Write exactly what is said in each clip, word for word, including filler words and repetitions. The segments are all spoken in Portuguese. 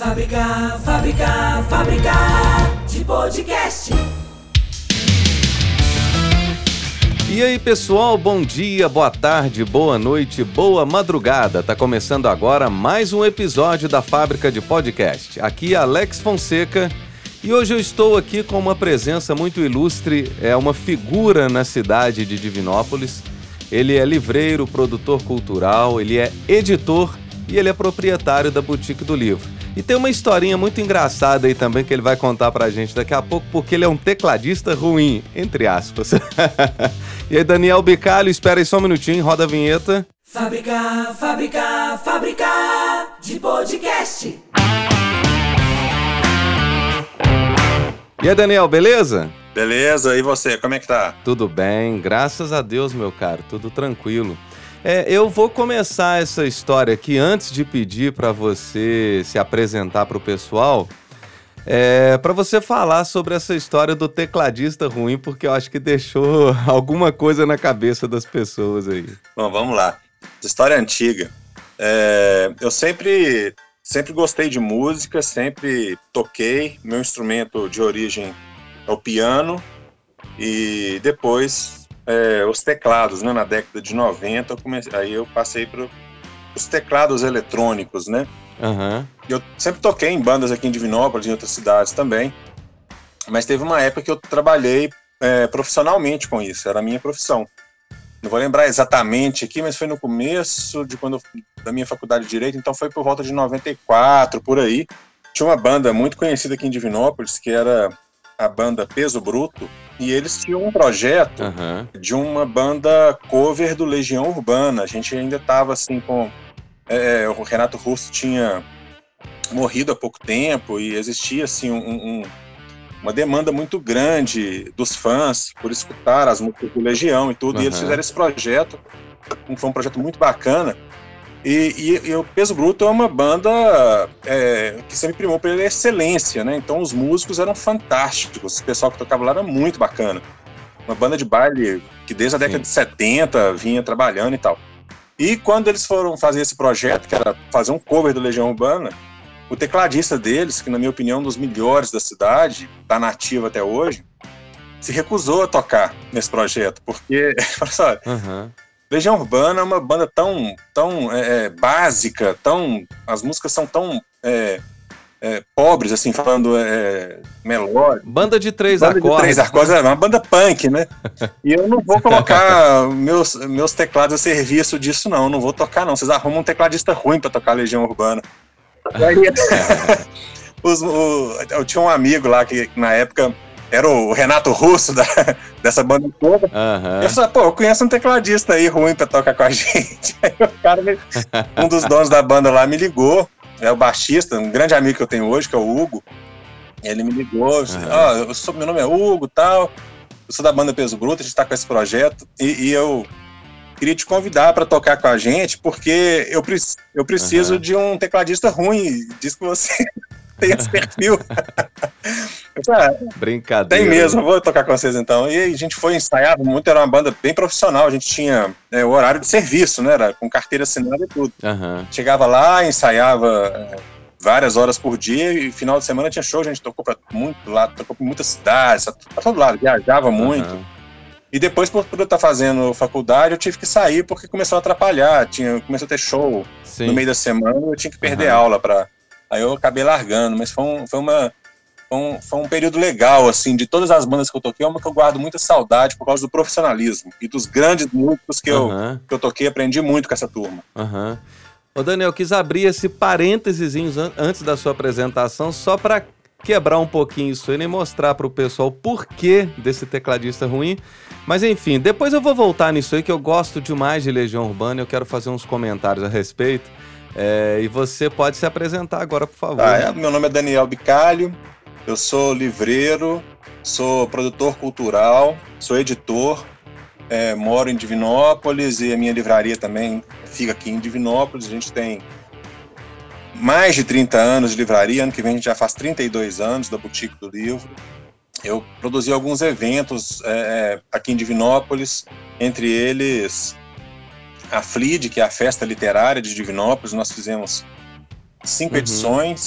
Fábrica, fábrica, fábrica de podcast. E aí pessoal, bom dia, boa tarde, boa noite, boa madrugada. Tá começando agora mais um episódio da Fábrica de Podcast. Aqui é Alex Fonseca e hoje eu estou aqui com uma presença muito ilustre, é uma figura na cidade de Divinópolis. Ele é livreiro, produtor cultural, ele é editor e ele é proprietário da Boutique do Livro. E tem uma historinha muito engraçada aí também que ele vai contar pra gente daqui a pouco, porque ele é um tecladista ruim, entre aspas. E aí, Daniel Bicalho, espera aí só um minutinho, roda a vinheta. Fábrica, fábrica, fábrica de podcast. E aí, Daniel, beleza? Beleza, e você, como é que tá? Tudo bem, graças a Deus, meu caro, tudo tranquilo. É, eu vou começar essa história aqui antes de pedir para você se apresentar para o pessoal, é, para você falar sobre essa história do tecladista ruim, porque eu acho que deixou alguma coisa na cabeça das pessoas aí. Bom, vamos lá. História antiga. É, eu sempre, sempre gostei de música, sempre toquei. Meu instrumento de origem é o piano e depois... É, os teclados, né? Na década de noventa, eu comecei, aí eu passei para os teclados eletrônicos, né? Uhum. Eu sempre toquei em bandas aqui em Divinópolis, em outras cidades também, mas teve uma época que eu trabalhei é, profissionalmente com isso, era a minha profissão. Não vou lembrar exatamente aqui, mas foi no começo de quando eu, da minha faculdade de Direito, então foi por volta de noventa e quatro, por aí. Tinha uma banda muito conhecida aqui em Divinópolis, que era a banda Peso Bruto, e eles tinham um projeto uhum. de uma banda cover do Legião Urbana. A gente ainda estava assim com... É, o Renato Russo tinha morrido há pouco tempo e existia assim um, um, uma demanda muito grande dos fãs por escutar as músicas do Legião e tudo, uhum. e eles fizeram esse projeto, foi um projeto muito bacana. E, e, e o Peso Bruto é uma banda é, que sempre primou pela excelência, né? Então os músicos eram fantásticos, o pessoal que tocava lá era muito bacana. Uma banda de baile que desde a década Sim. de setenta vinha trabalhando e tal. E quando eles foram fazer esse projeto, que era fazer um cover do Legião Urbana, o tecladista deles, que na minha opinião é um dos melhores da cidade, está nativo até hoje, se recusou a tocar nesse projeto, porque, olha só... Uhum. Legião Urbana é uma banda tão, tão é, básica, tão, as músicas são tão é, é, pobres, assim, falando é, melódico. Banda de três banda acordes. De três acordes, né? É uma banda punk, né? E eu não vou colocar meus, meus teclados a serviço disso, não. Eu não vou tocar, não. Vocês arrumam um tecladista ruim pra tocar Legião Urbana. Aí, os, o, eu tinha um amigo lá que, na época... Era o Renato Russo da, dessa banda toda. Uhum. Eu falei, pô, eu conheço um tecladista aí ruim pra tocar com a gente. Aí o cara, um dos donos da banda lá me ligou, é o baixista, um grande amigo que eu tenho hoje, que é o Hugo. Ele me ligou, ó, uhum. oh, sou, meu nome é Hugo e tal, eu sou da banda Peso Bruto, a gente tá com esse projeto, e, e eu queria te convidar pra tocar com a gente, porque eu, eu preciso uhum. de um tecladista ruim, diz que você... tem esse perfil. Ah, Brincadeira. Tem mesmo, vou tocar com vocês então. E a gente foi ensaiar muito, era uma banda bem profissional, a gente tinha é, o horário de serviço, né? Era com carteira assinada e tudo. Uhum. Chegava lá, ensaiava é, várias horas por dia e final de semana tinha show, a gente tocou pra muito lado, tocou pra muitas cidades, pra todo lado, viajava muito. Uhum. E depois, por, por eu estar fazendo faculdade, eu tive que sair porque começou a atrapalhar, tinha, começou a ter show Sim. no meio da semana, eu tinha que perder uhum. aula pra... Aí eu acabei largando, mas foi um, foi, uma, foi, um, foi um período legal, assim, de todas as bandas que eu toquei, é uma que eu guardo muita saudade por causa do profissionalismo e dos grandes músicos que, uhum. eu, que eu toquei, aprendi muito com essa turma. Uhum. Ô Daniel, eu quis abrir esse parênteses antes da sua apresentação, só para quebrar um pouquinho isso aí e mostrar para o pessoal o porquê desse tecladista ruim. Mas enfim, depois eu vou voltar nisso aí, que eu gosto demais de Legião Urbana, eu quero fazer uns comentários a respeito. É, e você pode se apresentar agora, por favor. Ah, é, meu nome é Daniel Bicalho, eu sou livreiro, sou produtor cultural, sou editor, é, moro em Divinópolis e a minha livraria também fica aqui em Divinópolis. A gente tem mais de trinta anos de livraria, ano que vem a gente já faz trinta e dois anos da Boutique do Livro. Eu produzi alguns eventos é, aqui em Divinópolis, entre eles... a F L I D, que é a Festa Literária de Divinópolis, nós fizemos cinco uhum. edições,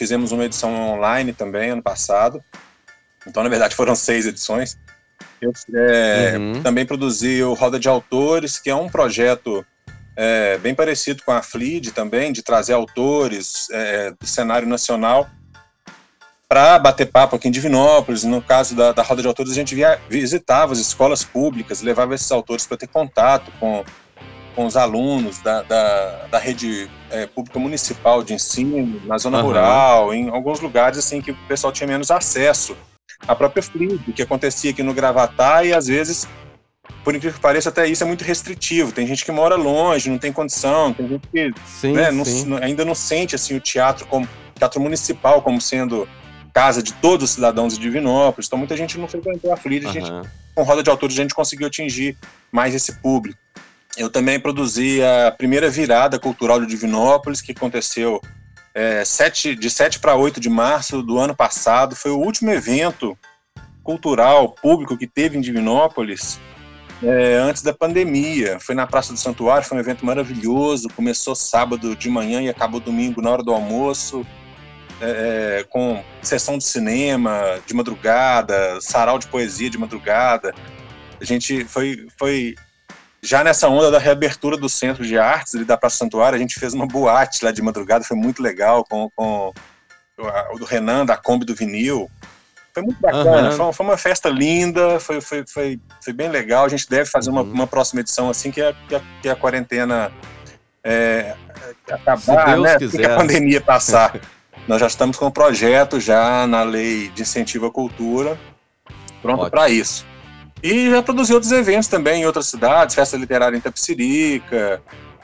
fizemos uma edição online também ano passado. Então, na verdade, foram seis edições. Eu é, uhum. também produzi o Roda de Autores, que é um projeto é, bem parecido com a F L I D também, de trazer autores é, do cenário nacional para bater papo aqui em Divinópolis. No caso da, da Roda de Autores, a gente via, visitava as escolas públicas, levava esses autores para ter contato com, com os alunos da, da, da rede é, pública municipal de ensino, na zona uhum. rural, em alguns lugares assim que o pessoal tinha menos acesso. A própria F L I D, que acontecia aqui no Gravatá, e às vezes, por incrível que pareça, até isso é muito restritivo. Tem gente que mora longe, não tem condição, tem gente que sim, né, sim. Não, ainda não sente assim, o teatro como teatro municipal como sendo casa de todos os cidadãos de Divinópolis. Então muita gente não frequentou a F L I D, uhum. a gente, com Roda de Autores a gente conseguiu atingir mais esse público. Eu também produzi a primeira virada cultural de Divinópolis, que aconteceu É, sete, de sete para oito de março do ano passado. Foi o último evento cultural público que teve em Divinópolis é, antes da pandemia. Foi na Praça do Santuário, foi um evento maravilhoso. Começou sábado de manhã e acabou domingo na hora do almoço, é, com sessão de cinema de madrugada, sarau de poesia de madrugada. A gente foi... foi Já nessa onda da reabertura do Centro de Artes ali da Praça Santuário, a gente fez uma boate lá de madrugada, foi muito legal, com, com o do Renan, da Kombi do Vinil. Foi muito bacana, uhum. foi, foi uma festa linda, foi, foi, foi, foi bem legal. A gente deve fazer uhum. uma, uma próxima edição assim que a, que a, que a quarentena é, acabar, né? Assim que a pandemia passar. Nós já estamos com um projeto já na Lei de Incentivo à Cultura, pronto para isso. E já produzi outros eventos também em outras cidades, festa literária em Itapecerica,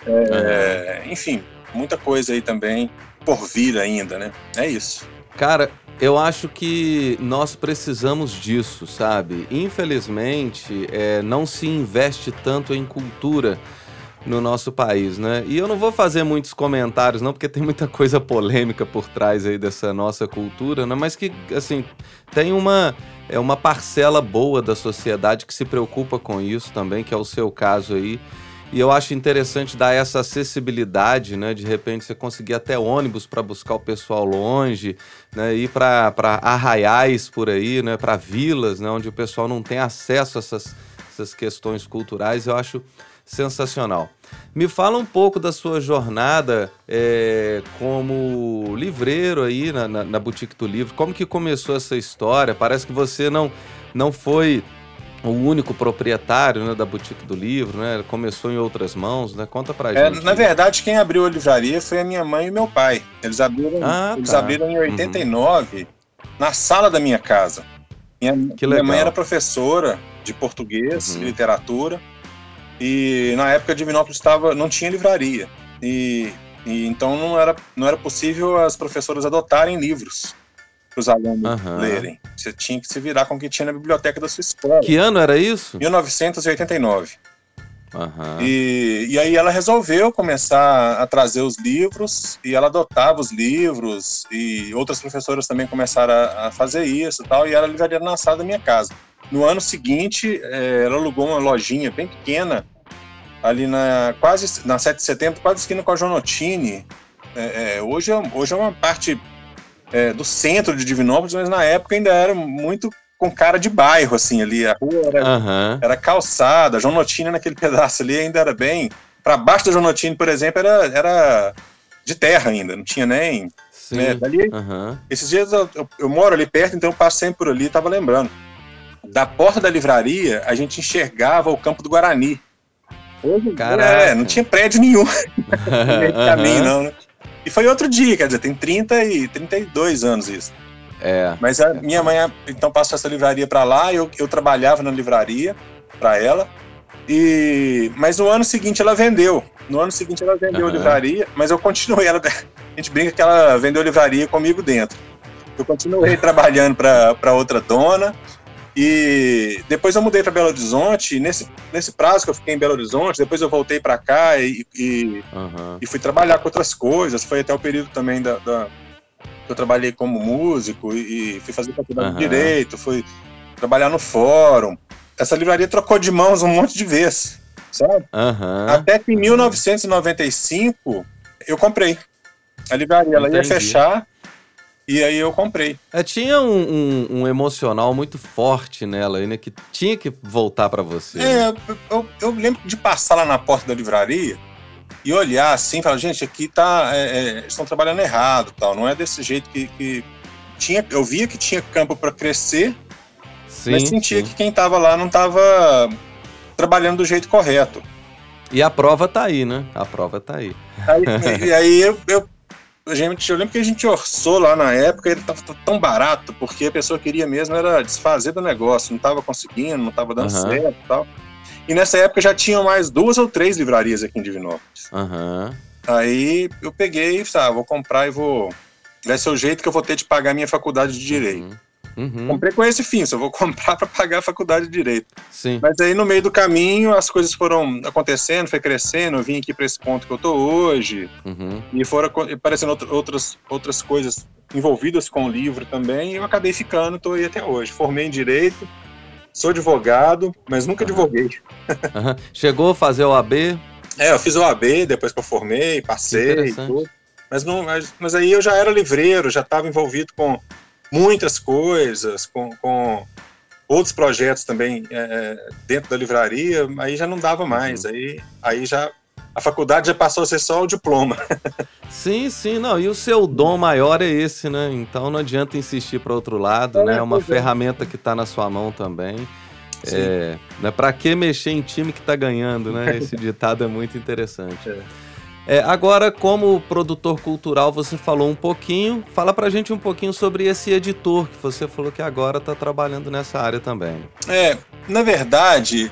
é, uhum. enfim, muita coisa aí também por vir ainda, né? É isso. Cara, eu acho que nós precisamos disso, sabe? Infelizmente, é, não se investe tanto em cultura no nosso país, né? E eu não vou fazer muitos comentários, não, porque tem muita coisa polêmica por trás aí dessa nossa cultura, né? Mas que, assim, tem uma... É uma parcela boa da sociedade que se preocupa com isso também, que é o seu caso aí. E eu acho interessante dar essa acessibilidade, né? De repente você conseguir até ônibus para buscar o pessoal longe, né? Ir para arraiais por aí, né? Para vilas, né? Onde o pessoal não tem acesso a essas, essas questões culturais. Eu acho sensacional. Me fala um pouco da sua jornada é, como livreiro aí na, na, na Boutique do Livro. Como que começou essa história? Parece que você não, não foi o único proprietário, né, da Boutique do Livro, né? Começou em outras mãos, né? Conta pra é, gente. Na verdade, quem abriu a livraria foi a minha mãe e meu pai. Eles abriram, ah, eles tá. abriram em oitenta e nove, uhum. na sala da minha casa. Minha, que legal. Minha mãe era professora de português uhum. e literatura. E na época Divinópolis estava, não tinha livraria, e, e então não era, não era possível as professoras adotarem livros para os alunos uhum. lerem. Você tinha que se virar com o que tinha na biblioteca da sua escola. Que ano era isso? mil novecentos e oitenta e nove. Uhum. E, e aí ela resolveu começar a trazer os livros, e ela adotava os livros, e outras professoras também começaram a, a fazer isso e tal, e era a livraria na sala da minha casa. No ano seguinte, é, ela alugou uma lojinha bem pequena, ali na, quase, na sete de setembro, quase esquina com a Jonotini. É, é, hoje, é, hoje é uma parte é, do centro de Divinópolis, mas na época ainda era muito com cara de bairro, assim, ali. A rua era, uhum. era calçada, a Jonotini naquele pedaço ali ainda era bem... Para baixo da Jonotini, por exemplo, era, era de terra ainda, não tinha nem... Sim. Né, dali, uhum. Esses dias eu, eu, eu moro ali perto, então eu passo sempre por ali, estava lembrando. Da porta da livraria, a gente enxergava o Campo do Guarani. Hoje, é, não tinha prédio nenhum no meio do caminho, não, né? E foi outro dia, quer dizer, tem trinta e trinta e dois anos isso. É. Mas a minha mãe, então, passou essa livraria para lá, eu, eu trabalhava na livraria para ela, e... mas no ano seguinte ela vendeu. No ano seguinte ela vendeu uhum. a livraria, mas eu continuei, ela... a gente brinca que ela vendeu a livraria comigo dentro. Eu continuei trabalhando para outra dona. E depois eu mudei para Belo Horizonte, e nesse, nesse prazo que eu fiquei em Belo Horizonte, depois eu voltei para cá e, e, uhum. e fui trabalhar com outras coisas. Foi até o período também da, da que eu trabalhei como músico e, e fui fazer faculdade uhum. de Direito, fui trabalhar no fórum. Essa livraria trocou de mãos um monte de vezes, sabe? Uhum. Até que em mil novecentos e noventa e cinco eu comprei a livraria. Ela Entendi. ia fechar E aí eu comprei. É, tinha um, um, um emocional muito forte nela, né? Que tinha que voltar pra você. É, né? eu, eu, eu lembro de passar lá na porta da livraria e olhar assim, falar, gente, aqui tá, é, é, estão trabalhando errado, tal. Não é desse jeito que, que tinha. Eu via que tinha campo para crescer, Sim, mas sentia sim. que quem estava lá não estava trabalhando do jeito correto. E a prova tá aí, né? A prova tá aí. Aí, e aí eu, eu, gente, eu lembro que a gente orçou lá na época, ele estava tão barato, porque a pessoa queria mesmo era desfazer do negócio, não estava conseguindo, não estava dando Uhum. certo e tal. E nessa época já tinham mais duas ou três livrarias aqui em Divinópolis. Aham. Aí eu peguei e falei, ah, vou comprar e vou... Vai ser o jeito que eu vou ter de pagar a minha faculdade de Direito. Uhum. Uhum. Comprei com esse fim, só vou comprar para pagar a faculdade de Direito. Sim. Mas aí no meio do caminho as coisas foram acontecendo, foi crescendo, eu vim aqui para esse ponto que eu tô hoje, Uhum. e foram aparecendo outro, outras, outras coisas envolvidas com o livro também, e eu acabei ficando, tô aí até hoje. Formei em Direito, sou advogado, mas nunca Uhum. advoguei. Uhum. Chegou a fazer o A B? É, eu fiz o A B depois que eu formei, passei e tudo. Mas, não, mas, mas aí eu já era livreiro, já estava envolvido com muitas coisas, com, com outros projetos também é, dentro da livraria, aí já não dava mais. Uhum. Aí, aí já a faculdade já passou a ser só o diploma. Sim, sim, não. E o seu dom maior é esse, né? Então não adianta insistir para outro lado, é, né? É uma ferramenta que está na sua mão também. É, né? Para que mexer em time que está ganhando, né? Esse ditado é muito interessante. É. É, agora, como produtor cultural, você falou um pouquinho. Fala pra gente um pouquinho sobre esse editor, que você falou que agora está trabalhando nessa área também. É, na verdade,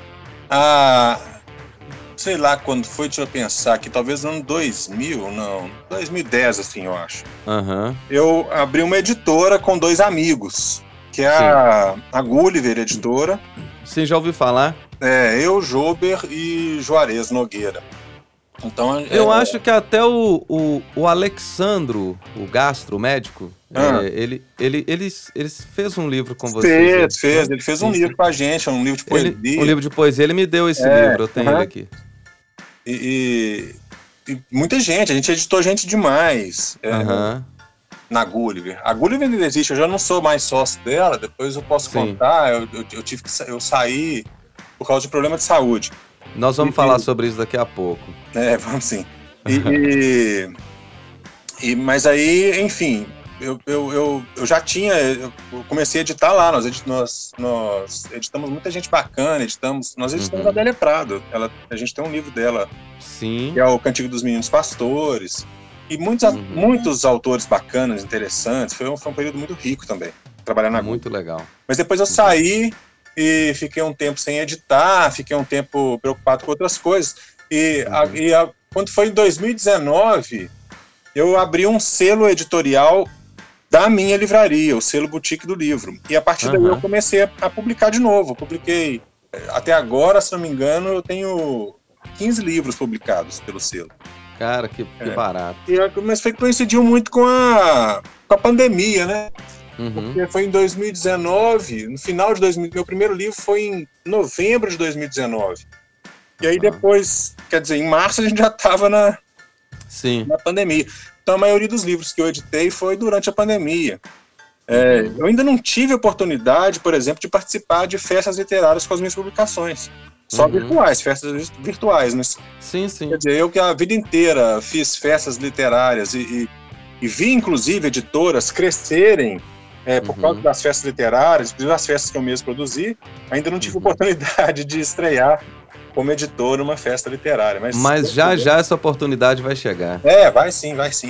a... sei lá quando foi, deixa eu pensar, que talvez no ano dois mil, não, dois mil e dez, assim, eu acho. Uhum. Eu abri uma editora com dois amigos, que é a, a Gulliver Editora. Você já ouviu falar? É, eu, Jober e Juarez Nogueira. Então, eu é... acho que até o, o, o Alexandro, o gastro, o médico, ah. é, ele, ele, ele, ele fez um livro com você. Fez, né? fez. Ele fez sim, um sim. livro com a gente, um livro de poesia. Ele, um livro de poesia. Ele me deu esse é, livro, eu tenho uh-huh. ele aqui. E, e, e muita gente, a gente editou gente demais é, uh-huh. na Gulliver. A Gulliver ainda existe, eu já não sou mais sócio dela, depois eu posso sim. contar. Eu, eu, eu tive que eu saí por causa de problema de saúde. Nós vamos e, falar sobre isso daqui a pouco. É, vamos sim. E, e, e, mas aí, enfim, eu, eu, eu, eu já tinha, eu comecei a editar lá, nós, edit, nós, nós editamos muita gente bacana, editamos, nós editamos uhum. a Adélia Prado, ela, a gente tem um livro dela, sim. que é o Cantigo dos Meninos Pastores, e muitos, uhum. muitos autores bacanas, interessantes, foi um, foi um período muito rico também, trabalhar na Muito Google. Legal. Mas depois eu saí, e fiquei um tempo sem editar, fiquei um tempo preocupado com outras coisas. E, uhum. a, e a, quando foi em dois mil e dezenove, eu abri um selo editorial da minha livraria, o selo Boutique do Livro. E a partir uhum. daí eu comecei a, a publicar de novo. Eu publiquei, até agora, se não me engano, eu tenho quinze livros publicados pelo selo. Cara, que, que é. barato. E, mas foi, coincidiu muito com a, com a pandemia, né? Uhum. Porque foi em dois mil e dezenove, no final de dois mil, meu primeiro livro foi em novembro de dois mil e dezenove. E aí depois, quer dizer, em março a gente já estava na, na pandemia. Então a maioria dos livros que eu editei foi durante a pandemia. É, uhum. Eu ainda não tive oportunidade, por exemplo, de participar de festas literárias com as minhas publicações. Só uhum. virtuais, festas virtuais. Mas, sim, sim. Quer dizer, eu que a vida inteira fiz festas literárias e, e, e vi, inclusive, editoras crescerem É, por uhum. causa das festas literárias, inclusive as festas que eu mesmo produzi, ainda não tive uhum. oportunidade de estrear como editor numa festa literária. Mas, mas já quiser, já essa oportunidade vai chegar. É, vai sim, vai sim.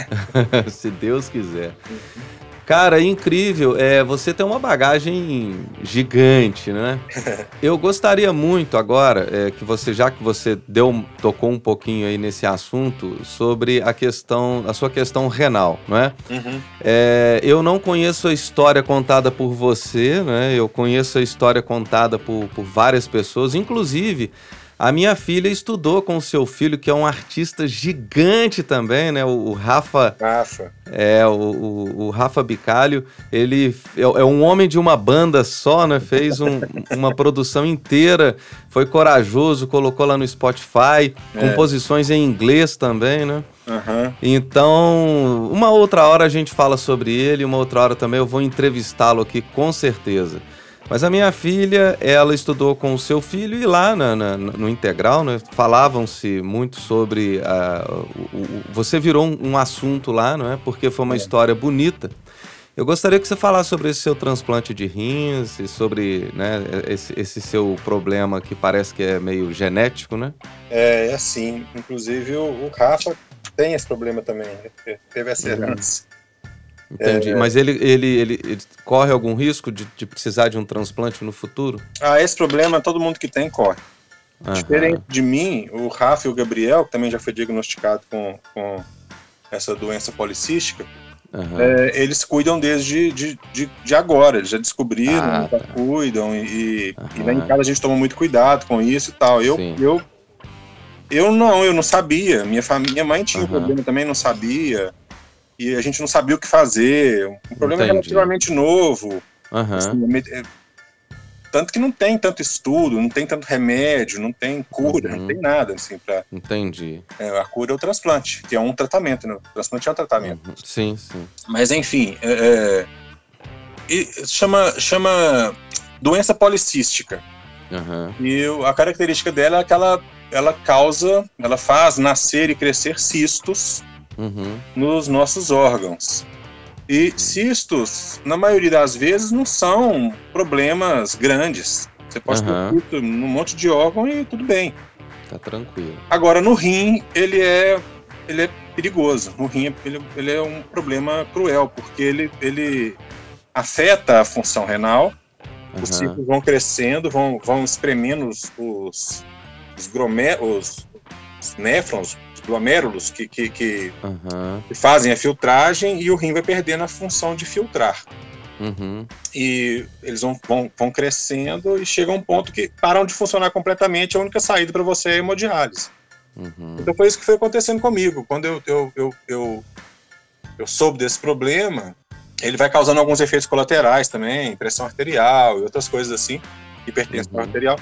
Se Deus quiser. Cara, incrível. É, você tem uma bagagem gigante, né? Eu gostaria muito agora, é, que você, já que você deu, tocou um pouquinho aí nesse assunto, sobre a questão, a sua questão renal, não é? Uhum. É, eu não conheço a história contada por você, né? Eu conheço a história contada por, por várias pessoas, inclusive... A minha filha estudou com o seu filho, que é um artista gigante também, né? O, o Rafa... Rafa. É, o, o, o Rafa Bicalho. Ele é, é um homem de uma banda só, né? Fez um, uma produção inteira, foi corajoso, colocou lá no Spotify, é. composições em inglês também, né? Aham. Então, uma outra hora a gente fala sobre ele, uma outra hora também eu vou entrevistá-lo aqui com certeza. Mas a minha filha, ela estudou com o seu filho e lá na, na, no Integral, né, falavam-se muito sobre... a- o- o- você virou um, um assunto lá, não é? Porque foi uma É. história bonita. Eu gostaria que você falasse sobre esse seu transplante de rins e sobre, né, esse, esse seu problema que parece que é meio genético, né? É, é assim. Inclusive o, o Rafa tem esse problema também, né? Teve essa Uhum. herança. Entendi. Mas ele, ele, ele, ele corre algum risco de, de precisar de um transplante no futuro? Ah, esse problema todo mundo que tem corre. Aham. Diferente de mim, o Rafa e o Gabriel, que também já foi diagnosticado com, com essa doença policística, Aham. é, eles cuidam desde de, de, de agora, eles já descobriram, Ah, já tá. cuidam, e, e Aham. lá em casa a gente toma muito cuidado com isso e tal. Eu, Sim. eu, eu não, eu não sabia. Minha, fam... Minha mãe tinha um Aham. problema também, não sabia. E a gente não sabia o que fazer. Um problema Entendi. relativamente novo. Aham. Assim, me- é, tanto que não tem tanto estudo, não tem tanto remédio, não tem cura, Uhum. não tem nada assim para Entendi. a cura é o transplante, que é um tratamento, né? O transplante é um tratamento. Uhum. Sim, sim. Mas enfim, é, é, e chama chama doença policística. Aham. E o- a característica dela é que ela ela causa, ela faz nascer e crescer cistos Uhum. nos nossos órgãos. E cistos, na maioria das vezes, não são problemas grandes. Você pode Aham. ter cisto num monte de órgão e tudo bem. Tá tranquilo. Agora, no rim, ele é, ele é perigoso. No rim, ele, ele é um problema cruel, porque ele, ele afeta a função renal. Os Aham. cistos vão crescendo, vão, vão espremendo os, os, os, gromé, os, os néfrons, os glomérulos que, que, que, Aham. que fazem a filtragem, e o rim vai perdendo a função de filtrar. Uhum. E eles vão, vão, vão crescendo e chega a um ponto que param de funcionar completamente. A única saída para você é a hemodiálise. Uhum. Então foi isso que foi acontecendo comigo. Quando eu, eu, eu, eu, eu soube desse problema, ele vai causando alguns efeitos colaterais também, pressão arterial e outras coisas assim, hipertensão Uhum. arterial.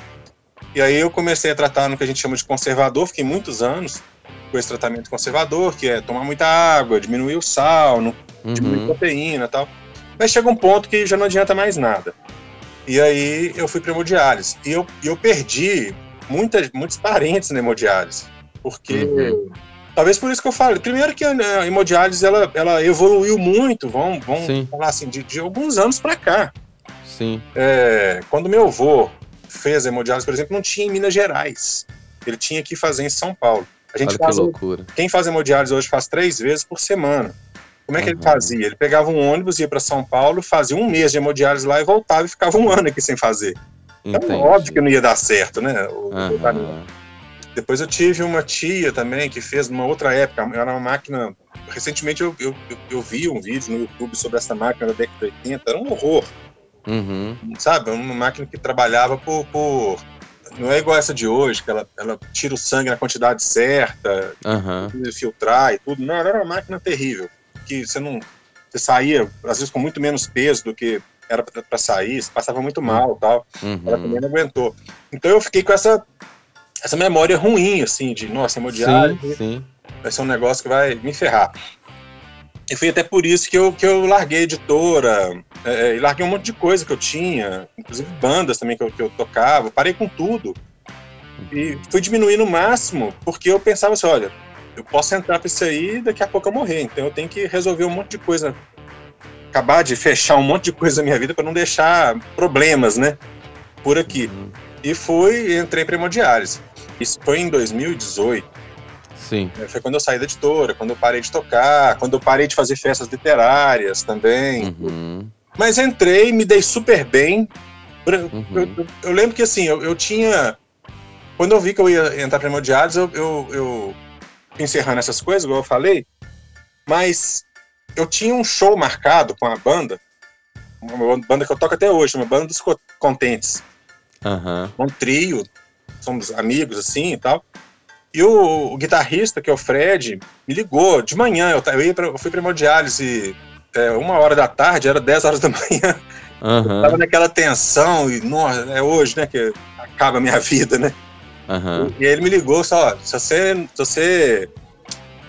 E aí eu comecei a tratar no que a gente chama de conservador, fiquei muitos anos com esse tratamento conservador, que é tomar muita água, diminuir o sal, não diminuir Uhum. proteína e tal. Mas chega um ponto que já não adianta mais nada. E aí eu fui para hemodiálise. E eu, e eu perdi muitas, muitos parentes na hemodiálise. Porque, Uhum. talvez por isso que eu falo. Primeiro que a hemodiálise, ela, ela evoluiu muito, vamos, vamos Sim. falar assim, de, de alguns anos para cá. Sim. É, quando meu avô fez a hemodiálise, por exemplo, não tinha em Minas Gerais. Ele tinha que fazer em São Paulo. A gente Olha que faz, loucura. quem faz hemodiálise hoje faz três vezes por semana. Como é que ele Uhum. fazia? Ele pegava um ônibus, ia para São Paulo, fazia um mês de hemodiálise lá e voltava e ficava um ano aqui sem fazer. Então, Entendi. óbvio que não ia dar certo, né? O, o tratamento. Aham. Depois eu tive uma tia também que fez numa outra época, era uma máquina. Recentemente eu, eu, eu, eu vi um vídeo no YouTube sobre essa máquina da década de oitenta, era um horror, Uhum. sabe? Uma máquina que trabalhava por. por... Não é igual essa de hoje, que ela, ela tira o sangue na quantidade certa, Aham. filtrar e tudo. Não, era uma máquina terrível. Que você não. Você saía, às vezes, com muito menos peso do que era para sair, você passava muito mal e tal. Ela também Uhum. não aguentou. Então eu fiquei com essa, essa memória ruim, assim, de nossa, hemodiálise Sim, sim. vai ser um negócio que vai me ferrar. E foi até por isso que eu, que eu larguei a editora, é, e larguei um monte de coisa que eu tinha, inclusive bandas também que eu, que eu tocava, parei com tudo. E fui diminuindo o máximo, porque eu pensava assim, olha, eu posso entrar para isso aí e daqui a pouco eu morrer, então eu tenho que resolver um monte de coisa, acabar de fechar um monte de coisa na minha vida para não deixar problemas, né, por aqui. Uhum. E fui, entrei para hemodiálise. Isso foi em dois mil e dezoito. Sim. Foi quando eu saí da editora, quando eu parei de tocar, quando eu parei de fazer festas literárias também. Uhum. Mas entrei, me dei super bem. Eu, Uhum. eu, eu lembro que assim, eu, eu tinha... Quando eu vi que eu ia entrar para hemodiálise, eu, eu, eu encerrando essas coisas, igual eu falei, mas eu tinha um show marcado com a banda, uma banda que eu toco até hoje, uma banda dos Contentes. Aham. Um trio, somos amigos assim e tal. E o, o guitarrista, que é o Fred, me ligou de manhã. Eu, eu, ia pra, eu fui pra hemodiálise é, uma hora da tarde, era dez horas da manhã. Aham. Eu tava naquela tensão, e nossa, é hoje, né, que acaba a minha vida, né? Aham. E, e ele me ligou só, se você, se você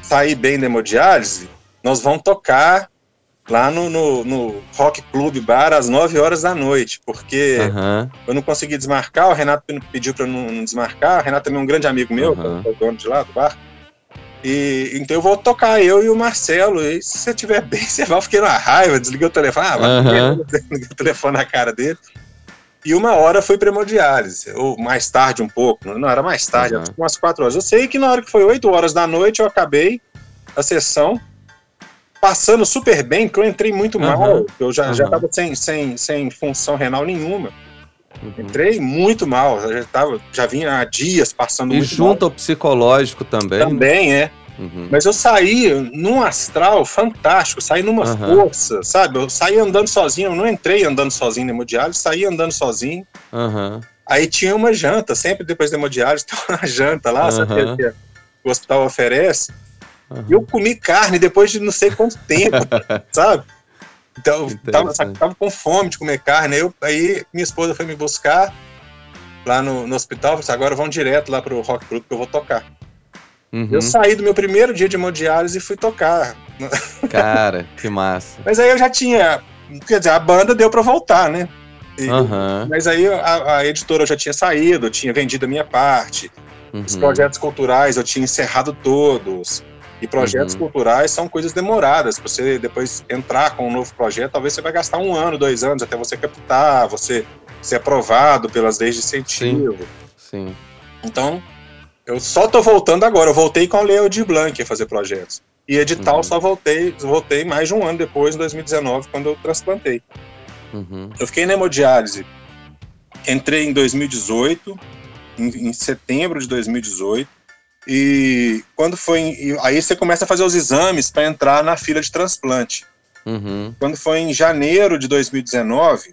sair bem da hemodiálise, nós vamos tocar lá no, no, no Rock Club Bar às nove horas da noite, porque uhum. eu não consegui desmarcar, o Renato pediu para não, não desmarcar, o Renato também é um grande amigo meu, uhum. que é o dono de lá do bar, e então eu vou tocar, eu e o Marcelo, e se você estiver bem, você vai, eu fiquei na raiva, desliguei o telefone, ah, uhum. desliguei o telefone na cara dele, e uma hora foi para hemodiálise, ou mais tarde um pouco, não, era mais tarde, uhum. umas quatro horas, eu sei que na hora que foi oito horas da noite eu acabei a sessão, passando super bem, que eu entrei muito uhum. mal, eu já, uhum. já tava sem, sem, sem função renal nenhuma. Uhum. Entrei muito mal, já, tava, já vinha há dias passando e muito mal. E junto ao psicológico também. Também, né? é. Uhum. Mas eu saí num astral fantástico, saí numa uhum. força, sabe? Eu saí andando sozinho, eu não entrei andando sozinho na hemodiálise, saí andando sozinho. Uhum. Aí tinha uma janta, sempre depois da hemodiálise, tem uma janta lá, uhum. sabe? Que o hospital oferece. Uhum. Eu comi carne depois de não sei quanto tempo, sabe? Então, eu tava, tava com fome de comer carne. Aí, eu, aí minha esposa foi me buscar lá no, no hospital. Falei, agora vão direto lá pro Rock Club que eu vou tocar. Uhum. Eu saí do meu primeiro dia de hemodiálise e fui tocar. Cara, que massa. Mas aí eu já tinha... Quer dizer, a banda deu pra voltar, né? E, uhum. Mas aí a, a editora já tinha saído, eu tinha vendido a minha parte. Uhum. Os projetos culturais eu tinha encerrado todos. E projetos uhum. culturais são coisas demoradas. Pra você depois entrar com um novo projeto, talvez você vai gastar um ano, dois anos até você captar, você ser aprovado pelas leis de incentivo. Sim. Sim. Então, eu só tô voltando agora. Eu voltei com a Lei Aldir Blanc a fazer projetos. E edital uhum. só voltei, voltei mais de um ano depois, em dois mil e dezenove, quando eu transplantei. Uhum. Eu fiquei na hemodiálise. Entrei em dois mil e dezoito, em, em setembro de dois mil e dezoito. E quando foi. Aí você começa a fazer os exames para entrar na fila de transplante. Uhum. Quando foi em janeiro de dois mil e dezenove,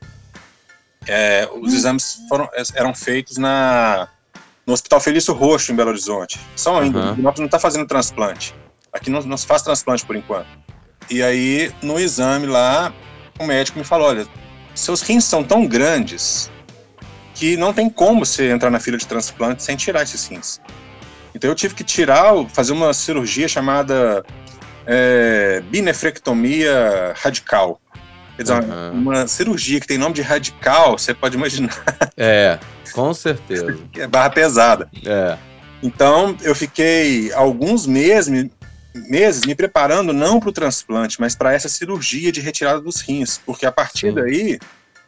é, os uhum. exames foram, eram feitos na, no Hospital Felício Roxo, em Belo Horizonte. Só ainda, uhum. não está fazendo transplante. Aqui não, não se faz transplante por enquanto. E aí, no exame lá, o médico me falou: olha, seus rins são tão grandes que não tem como você entrar na fila de transplante sem tirar esses rins. Então eu tive que tirar, fazer uma cirurgia chamada é, binefrectomia radical. Quer dizer, uhum. uma cirurgia que tem nome de radical, você pode imaginar. É, com certeza. É barra pesada. É. Então eu fiquei alguns meses, meses me preparando não para o transplante, mas para essa cirurgia de retirada dos rins. Porque a partir Sim. daí,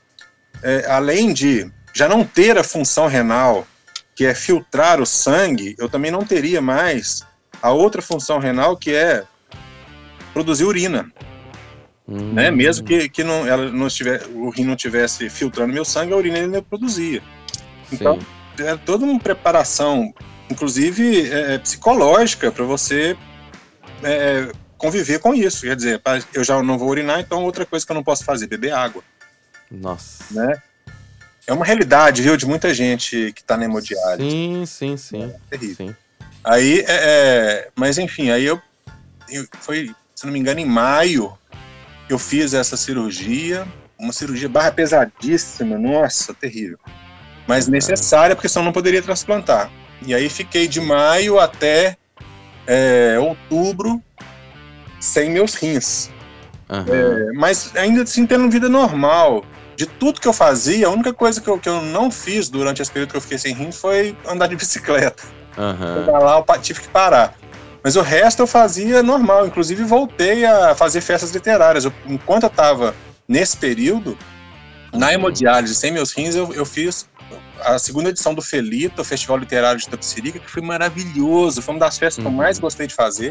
é, além de já não ter a função renal, que é filtrar o sangue, eu também não teria mais a outra função renal, que é produzir urina. Hum. Né? Mesmo que, que não, ela não estivesse, o rim não estivesse filtrando meu sangue, a urina ainda produzia. Então, Sim. é toda uma preparação, inclusive é, psicológica, para você é, conviver com isso. Quer dizer, eu já não vou urinar, então outra coisa que eu não posso fazer, beber água. Nossa. Né? É uma realidade, viu, de muita gente que tá na hemodiálise. Sim, sim, sim. É terrível. Sim. Aí, é, é, mas enfim, aí eu, eu, foi, se não me engano, em maio, eu fiz essa cirurgia, uma cirurgia barra pesadíssima, nossa, terrível. Mas uhum. necessária, porque senão não poderia transplantar. E aí fiquei de maio até é, outubro sem meus rins. Uhum. É, mas ainda assim tendo vida normal. De tudo que eu fazia, a única coisa que eu, que eu não fiz durante esse período que eu fiquei sem rins foi andar de bicicleta. Uhum. Lá eu tive que parar. Mas o resto eu fazia normal. Inclusive voltei a fazer festas literárias. Eu, enquanto eu estava nesse período, uhum. na hemodiálise sem meus rins, eu, eu fiz a segunda edição do Felito, o Festival Literário de Tapicerica, que foi maravilhoso. Foi uma das festas uhum. que eu mais gostei de fazer.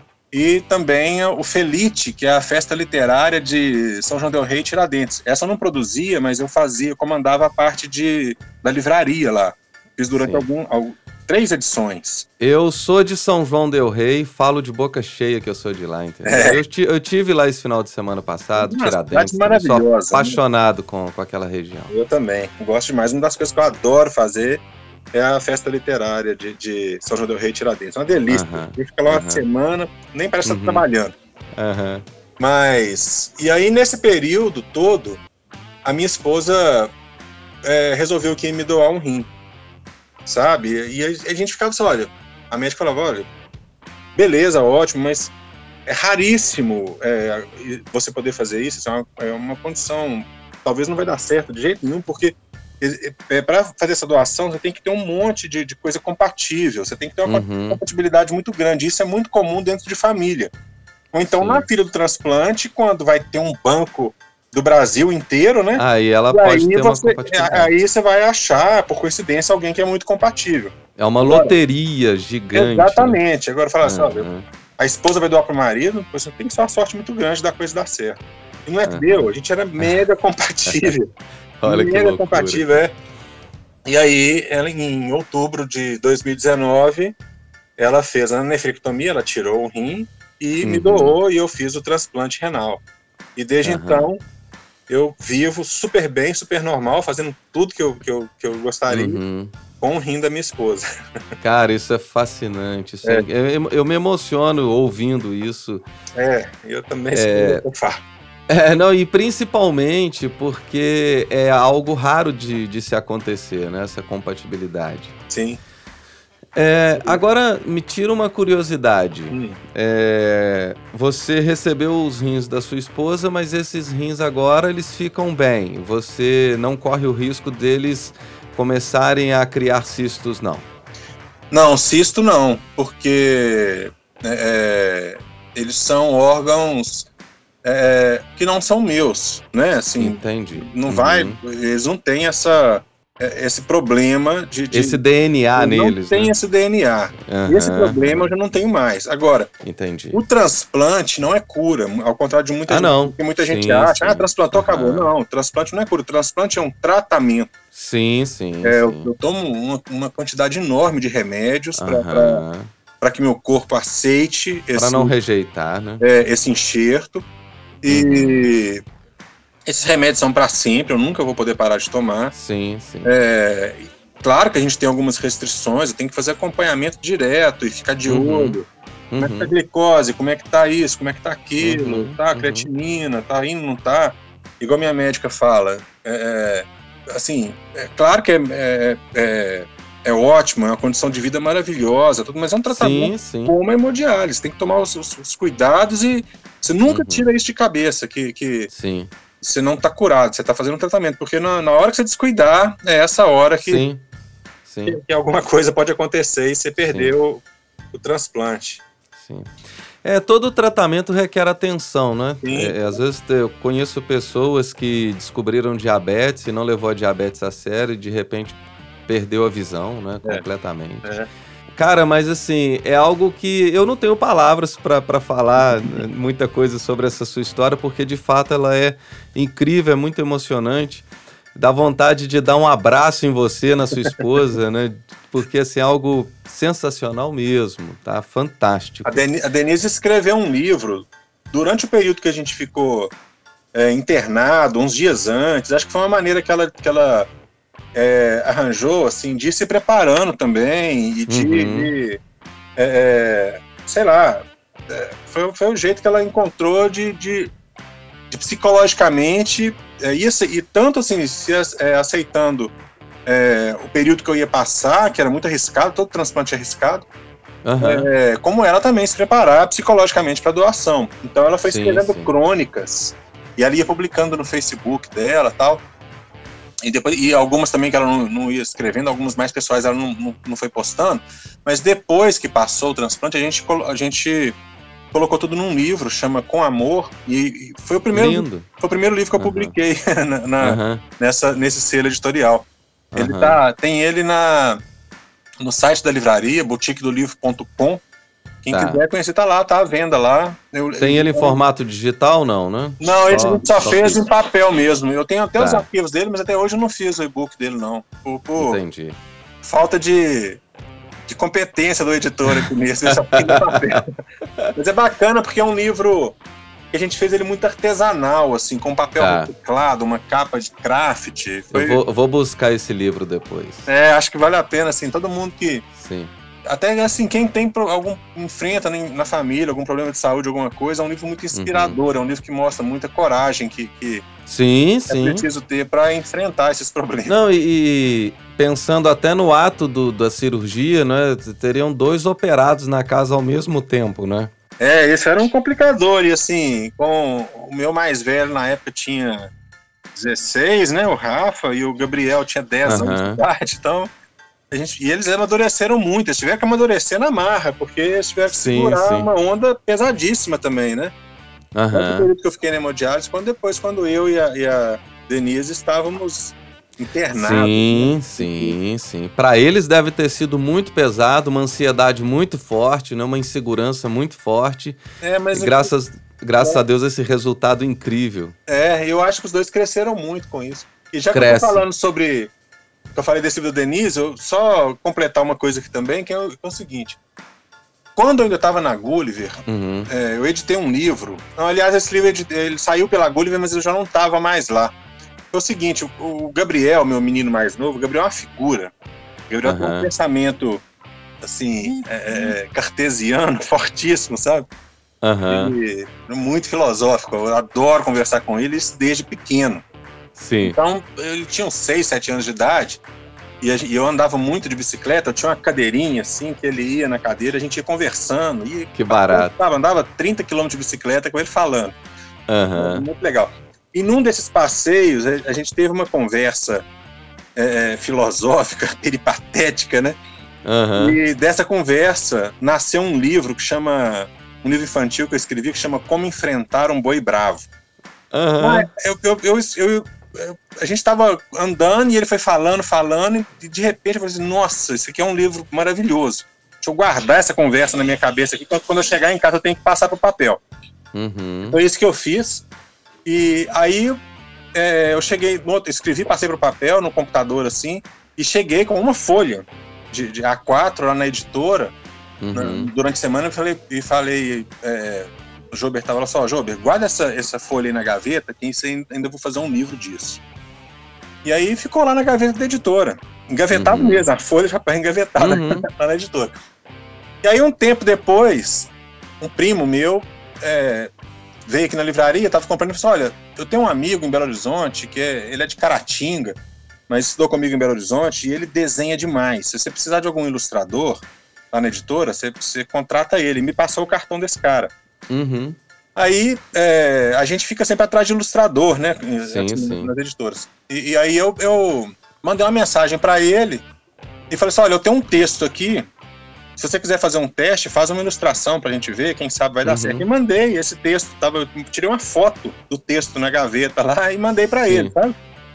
E também o Felite, que é a festa literária de São João del Rei e Tiradentes. Essa eu não produzia, mas eu fazia, comandava a parte de, da livraria lá. Fiz durante algum, algum, três edições. Eu sou de São João del Rei, falo de boca cheia que eu sou de lá, entendeu? É. Eu, t- eu tive lá esse final de semana passado, Uma Tiradentes. Maravilhosa. Sou apaixonado né? com, com aquela região. Eu também. Gosto demais. Uma das coisas que eu adoro fazer é a festa literária de, de São João del Rei e Tiradentes. É uma delícia. Uh-huh. A gente fica lá uh-huh. uma semana, nem parece estar uh-huh. trabalhando. Uh-huh. Mas, e aí nesse período todo, a minha esposa é, resolveu que ia me doar um rim, sabe? E a, a gente ficava assim, olha, a médica falava, olha, beleza, ótimo, mas é raríssimo é, você poder fazer isso, isso é uma, é uma condição, talvez não vai dar certo de jeito nenhum, porque é, para fazer essa doação você tem que ter um monte de, de coisa compatível, você tem que ter uma Uhum. compatibilidade muito grande, isso é muito comum dentro de família. Ou então, Sim. na fila do transplante, quando vai ter um banco do Brasil inteiro, né? Aí ela e pode aí ter você, uma compatibilidade. Aí você vai achar, por coincidência, alguém que é muito compatível. É uma Agora, loteria gigante. Exatamente. Né? Agora, fala assim, uhum. ó, a esposa vai doar pro marido, você tem que ter uma sorte muito grande da coisa dar certo. E não é que uhum. deu, a gente era mega compatível. Olha mega que loucura. compatível, é. E aí, ela, em outubro de dois mil e dezenove, ela fez a nefrectomia, ela tirou o rim e uhum. me doou, e eu fiz o transplante renal. E desde uhum. então, eu vivo super bem, super normal, fazendo tudo que eu, que eu, que eu gostaria uhum. com o rim da minha esposa. Cara, isso é fascinante. Isso é. É, eu, eu me emociono ouvindo isso. É, eu também é, sou é, não, e principalmente porque é algo raro de, de se acontecer, né? Essa compatibilidade. Sim. É, agora, me tira uma curiosidade. Hum. É, você recebeu os rins da sua esposa, mas esses rins agora, eles ficam bem. Você não corre o risco deles começarem a criar cistos, não? Não, cisto não, porque é, eles são órgãos é, que não são meus, né? Assim, entendi. Não uhum. vai, eles não têm essa... esse problema de, de... Esse D N A neles, não tem né? esse D N A. Uhum, esse problema uhum. eu já não tenho mais. Agora, entendi. O transplante não é cura, ao contrário de muita ah, gente, não. que muita sim, gente acha, sim. ah, transplantou, uhum. acabou. Não, o transplante não é cura, o transplante é um tratamento. Sim, sim, é, sim. Eu, eu tomo uma, uma quantidade enorme de remédios uhum. para que meu corpo aceite esse... Para não rejeitar, né? É, esse enxerto. E... Uhum. Esses remédios são para sempre, eu nunca vou poder parar de tomar. Sim, sim. É, claro que a gente tem algumas restrições, eu tenho que fazer acompanhamento direto e ficar de uhum. olho. Como é que tá a glicose, como é que tá isso, como é que tá aquilo, uhum. tá a uhum. creatinina, tá indo, não tá? Igual minha médica fala, é, assim, é claro que é, é, é, é ótimo, é uma condição de vida maravilhosa, tudo, mas é um tratamento sim, sim. como a hemodiálise, tem que tomar os, os, os cuidados e você nunca uhum. tira isso de cabeça, que, que sim. você não tá curado, você tá fazendo um tratamento, porque na, na hora que você descuidar, é essa hora que, sim. Sim. que, que alguma coisa pode acontecer e você perdeu o, o transplante. Sim. É, todo tratamento requer atenção, né? É, às vezes eu conheço pessoas que descobriram diabetes e não levou a diabetes a sério e de repente perdeu a visão, né? É. Completamente. É. Cara, mas assim, é algo que eu não tenho palavras para falar muita coisa sobre essa sua história, porque de fato ela é incrível, é muito emocionante. Dá vontade de dar um abraço em você, na sua esposa, né? Porque assim, é algo sensacional mesmo, tá? Fantástico. A, Den- a Denise escreveu um livro durante o período que a gente ficou é, internado, uns dias antes. Acho que foi uma maneira que ela... Que ela É, arranjou, assim, de ir se preparando também e de, uhum. de é, sei lá, é, foi, foi o jeito que ela encontrou de, de, de psicologicamente é, ir, e tanto assim, se é, aceitando é, o período que eu ia passar, que era muito arriscado, todo transplante é arriscado, uhum. é, como ela também se preparar psicologicamente para doação. Então ela foi sim, escrevendo sim. crônicas e ela ia publicando no Facebook dela e tal. E, depois, e algumas também que ela não, não ia escrevendo, algumas mais pessoais ela não, não, não foi postando, mas depois que passou o transplante, a gente, a gente colocou tudo num livro, chama Com Amor, e foi o primeiro, Lindo. Foi o primeiro livro que eu uhum. publiquei na, na, uhum. nessa, nesse selo editorial. Uhum. Ele tá, tem ele na, no site da livraria, boutique do livro ponto com. Quem tá. quiser conhecer, tá lá, tá à venda lá. Eu, Tem eu, ele em eu, formato digital, não, né? Não, só, ele a gente só, só fez fiz. em papel mesmo. Eu tenho até tá. os arquivos dele, mas até hoje eu não fiz o e-book dele, não. Por, por Entendi. falta de, de competência do editor aqui mesmo, só fiz em papel. Mas é bacana porque é um livro que a gente fez ele muito artesanal, assim, com papel tá. reciclado, uma capa de craft. Foi... Eu, vou, eu vou buscar esse livro depois. É, acho que vale a pena, assim, todo mundo que... Sim. Até assim, quem tem algum enfrenta na família algum problema de saúde, alguma coisa, é um livro muito inspirador, uhum. é um livro que mostra muita coragem que, que sim, é sim. preciso ter para enfrentar esses problemas. Não, e pensando até no ato do, da cirurgia, né? Teriam dois operados na casa ao mesmo tempo, né? É, esse era um complicador. E assim, com o meu mais velho na época tinha dezesseis, né? O Rafa, e o Gabriel tinha dez Uhum. anos de idade. Então, a gente, e eles amadureceram muito. Eles tiveram que amadurecer na marra, porque eles tiveram que Sim, segurar sim. uma onda pesadíssima também, né? Tanto o Aham. período que eu fiquei na hemodiálise, quanto depois, quando eu e a, e a Denise estávamos internados. Sim, né? sim, sim. Para eles deve ter sido muito pesado, uma ansiedade muito forte, né? Uma insegurança muito forte. É, mas E graças, graças a Deus esse resultado incrível. É, eu acho que os dois cresceram muito com isso. E já que Cresce. eu tô falando sobre... que eu falei desse livro do Denise, eu só completar uma coisa aqui também, que é o, que é o seguinte. Quando eu ainda estava na Gulliver, Uhum. é, eu editei um livro. Não, aliás, esse livro ele saiu pela Gulliver, mas eu já não estava mais lá. Foi o seguinte, o, o Gabriel, meu menino mais novo, o Gabriel é uma figura. O Gabriel Uhum. tem um pensamento, assim, é, cartesiano, fortíssimo, sabe? Aham. Ele é muito filosófico, eu adoro conversar com ele isso desde pequeno. Sim. Então, ele tinha uns seis, sete anos de idade, e, a, e eu andava muito de bicicleta, eu tinha uma cadeirinha, assim, que ele ia na cadeira, a gente ia conversando. E, Que barato. Eu andava trinta quilômetros de bicicleta com ele falando. Aham. Muito legal. E num desses passeios, a, a gente teve uma conversa é, filosófica, peripatética, né? Aham. E dessa conversa nasceu um livro que chama... um livro infantil que eu escrevi, que chama Como Enfrentar um Boi Bravo. Aham. Eu, eu, eu, eu, eu, a gente estava andando e ele foi falando, falando, e de repente eu falei assim, nossa, isso aqui é um livro maravilhoso. Deixa eu guardar essa conversa na minha cabeça aqui, quando eu chegar em casa eu tenho que passar para o papel. Uhum. Foi isso que eu fiz. E aí é, eu cheguei, no, escrevi, passei para o papel no computador assim, e cheguei com uma folha de, de A quatro lá na editora. Uhum. Na, durante a semana eu falei, e falei é, o Jober estava lá só, Jober, guarda essa, essa folha aí na gaveta, que isso ainda vou fazer um livro disso. E aí ficou lá na gaveta da editora, engavetado Uhum. mesmo, a folha já estava engavetada Uhum. lá na editora. E aí um tempo depois, um primo meu é, veio aqui na livraria, estava comprando e falou assim, olha, eu tenho um amigo em Belo Horizonte, que é, ele é de Caratinga, mas estudou comigo em Belo Horizonte, e ele desenha demais. Se você precisar de algum ilustrador lá na editora, você, você contrata ele. Me passou o cartão desse cara. Uhum. Aí é, a gente fica sempre atrás de ilustrador, né? Sim, assim, sim. nas editoras. E, e aí eu, eu mandei uma mensagem para ele e falei assim, olha, eu tenho um texto aqui, se você quiser fazer um teste, faz uma ilustração pra gente ver, quem sabe vai dar Uhum. certo. E mandei esse texto, tava, eu tirei uma foto do texto na gaveta lá e mandei para Sim. ele, sabe?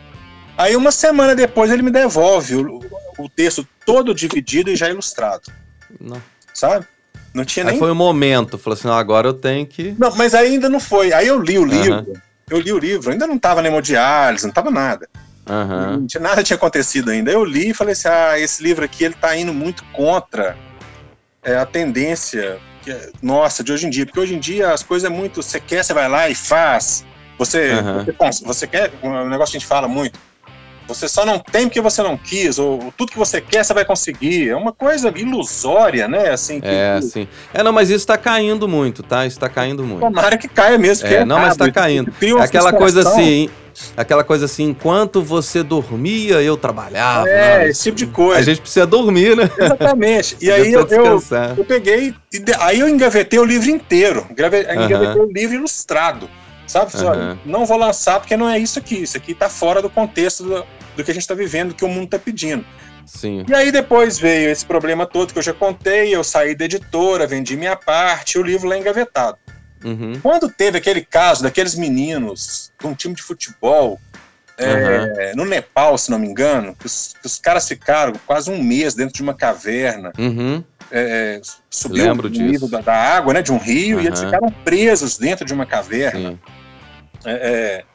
Aí uma semana depois ele me devolve o, o texto todo dividido e já ilustrado. Não. Sabe? Não tinha Aí nem... foi o momento, falou assim, não, agora eu tenho que... Não, mas ainda não foi. Aí eu li o livro, Aham. eu li o livro, ainda não tava na hemodiálise, não tava nada. Aham. Não tinha, nada tinha acontecido ainda. Eu li e falei assim, ah, esse livro aqui, ele tá indo muito contra é, a tendência que é, nossa, de hoje em dia. Porque hoje em dia as coisas é muito, você quer, você vai lá e faz. Você, Aham. você, você quer, um negócio que a gente fala muito, você só não tem porque você não quis, ou tudo que você quer você vai conseguir. É uma coisa ilusória, né? Assim, que, É, sim. É, não, mas isso tá caindo muito, tá? Isso tá caindo muito. tomara que caia mesmo. que É, não, mas tá errado. caindo. Cria uma É aquela coisa frustração. assim, aquela coisa assim, enquanto você dormia, eu trabalhava. É, não, esse tipo de coisa. A gente precisa dormir, né? Exatamente. E A gente aí eu, precisa eu, descansar. eu peguei, e de- aí eu engavetei o livro inteiro. Grave- Aham. Engavetei o livro ilustrado. Sabe? Falei, olha, Aham. não vou lançar porque não é isso aqui. Isso aqui tá fora do contexto do, do que a gente tá vivendo, do que o mundo tá pedindo. Sim. E aí depois veio esse problema todo que eu já contei, eu saí da editora, vendi minha parte, e o livro lá engavetado. Uhum. Quando teve aquele caso daqueles meninos de um time de futebol é, no Nepal, se não me engano, que os, que os caras ficaram quase um mês dentro de uma caverna, Uhum. é, subiu Lembro o disso. nível da, da água, né, de um rio, e eles Aham. ficaram presos dentro de uma caverna, Sim. é, é,